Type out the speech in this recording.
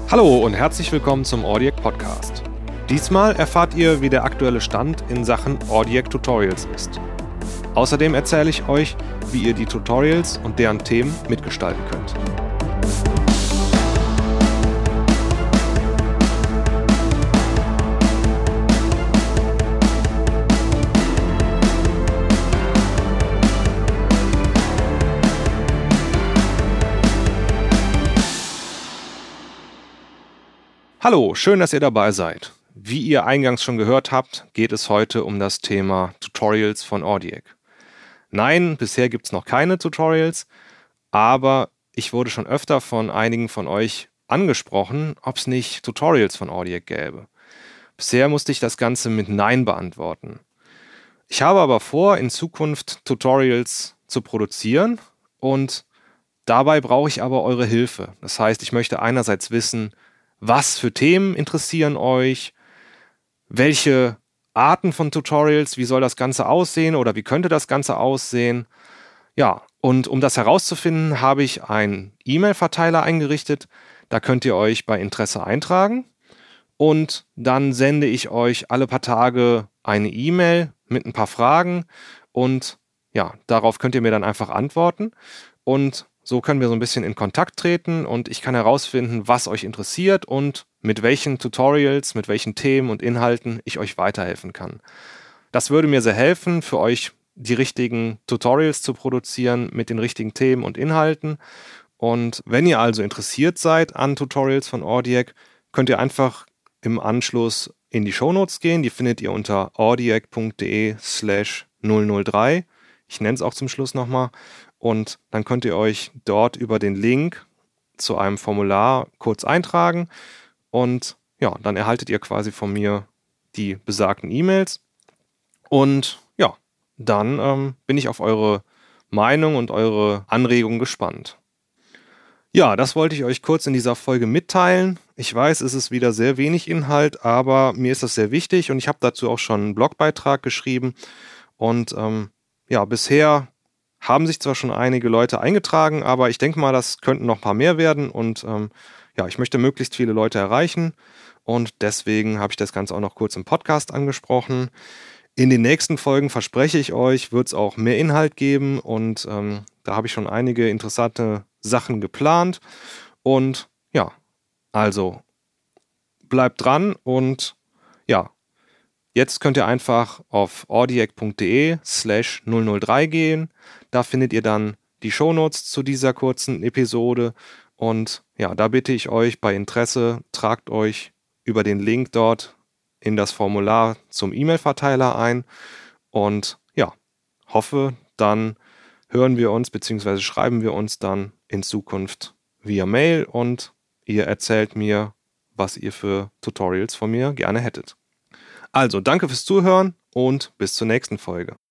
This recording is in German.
Hallo und herzlich willkommen zum Audiac Podcast. Diesmal erfahrt ihr, wie der aktuelle Stand in Sachen Audiac Tutorials ist. Außerdem erzähle ich euch, wie ihr die Tutorials und deren Themen mitgestalten könnt. Hallo, schön, dass ihr dabei seid. Wie ihr eingangs schon gehört habt, geht es heute um das Thema Tutorials von Audiac. Nein, bisher gibt es noch keine Tutorials, aber ich wurde schon öfter von einigen von euch angesprochen, ob es nicht Tutorials von Audiac gäbe. Bisher musste ich das Ganze mit Nein beantworten. Ich habe aber vor, in Zukunft Tutorials zu produzieren und dabei brauche ich aber eure Hilfe. Das heißt, ich möchte einerseits wissen, was für Themen interessieren euch? Welche Arten von Tutorials? Wie soll das Ganze aussehen oder wie könnte das Ganze aussehen? Ja, und um das herauszufinden, habe ich einen E-Mail-Verteiler eingerichtet. Da könnt ihr euch bei Interesse eintragen und dann sende ich euch alle paar Tage eine E-Mail mit ein paar Fragen und ja, darauf könnt ihr mir dann einfach antworten und so können wir so ein bisschen in Kontakt treten und ich kann herausfinden, was euch interessiert und mit welchen Tutorials, mit welchen Themen und Inhalten ich euch weiterhelfen kann. Das würde mir sehr helfen, für euch die richtigen Tutorials zu produzieren mit den richtigen Themen und Inhalten. Und wenn ihr also interessiert seid an Tutorials von Audiac, könnt ihr einfach im Anschluss in die Shownotes gehen. Die findet ihr unter audiac.de/003. Ich nenne es auch zum Schluss nochmal. Und dann könnt ihr euch dort über den Link zu einem Formular kurz eintragen und ja, dann erhaltet ihr quasi von mir die besagten E-Mails und ja, dann bin ich auf eure Meinung und eure Anregungen gespannt. Ja, das wollte ich euch kurz in dieser Folge mitteilen. Ich weiß, es ist wieder sehr wenig Inhalt, aber mir ist das sehr wichtig und ich habe dazu auch schon einen Blogbeitrag geschrieben und ja, bisher haben sich zwar schon einige Leute eingetragen, aber ich denke mal, das könnten noch ein paar mehr werden und ja, ich möchte möglichst viele Leute erreichen und deswegen habe ich das Ganze auch noch kurz im Podcast angesprochen. In den nächsten Folgen, verspreche ich euch, wird es auch mehr Inhalt geben und da habe ich schon einige interessante Sachen geplant und ja, also bleibt dran und ja, jetzt könnt ihr einfach auf audiac.de/003 gehen. Da findet ihr dann die Shownotes zu dieser kurzen Episode. Und ja, da bitte ich euch bei Interesse, tragt euch über den Link dort in das Formular zum E-Mail-Verteiler ein. Und ja, hoffe, dann hören wir uns bzw. schreiben wir uns dann in Zukunft via Mail und ihr erzählt mir, was ihr für Tutorials von mir gerne hättet. Also, danke fürs Zuhören und bis zur nächsten Folge.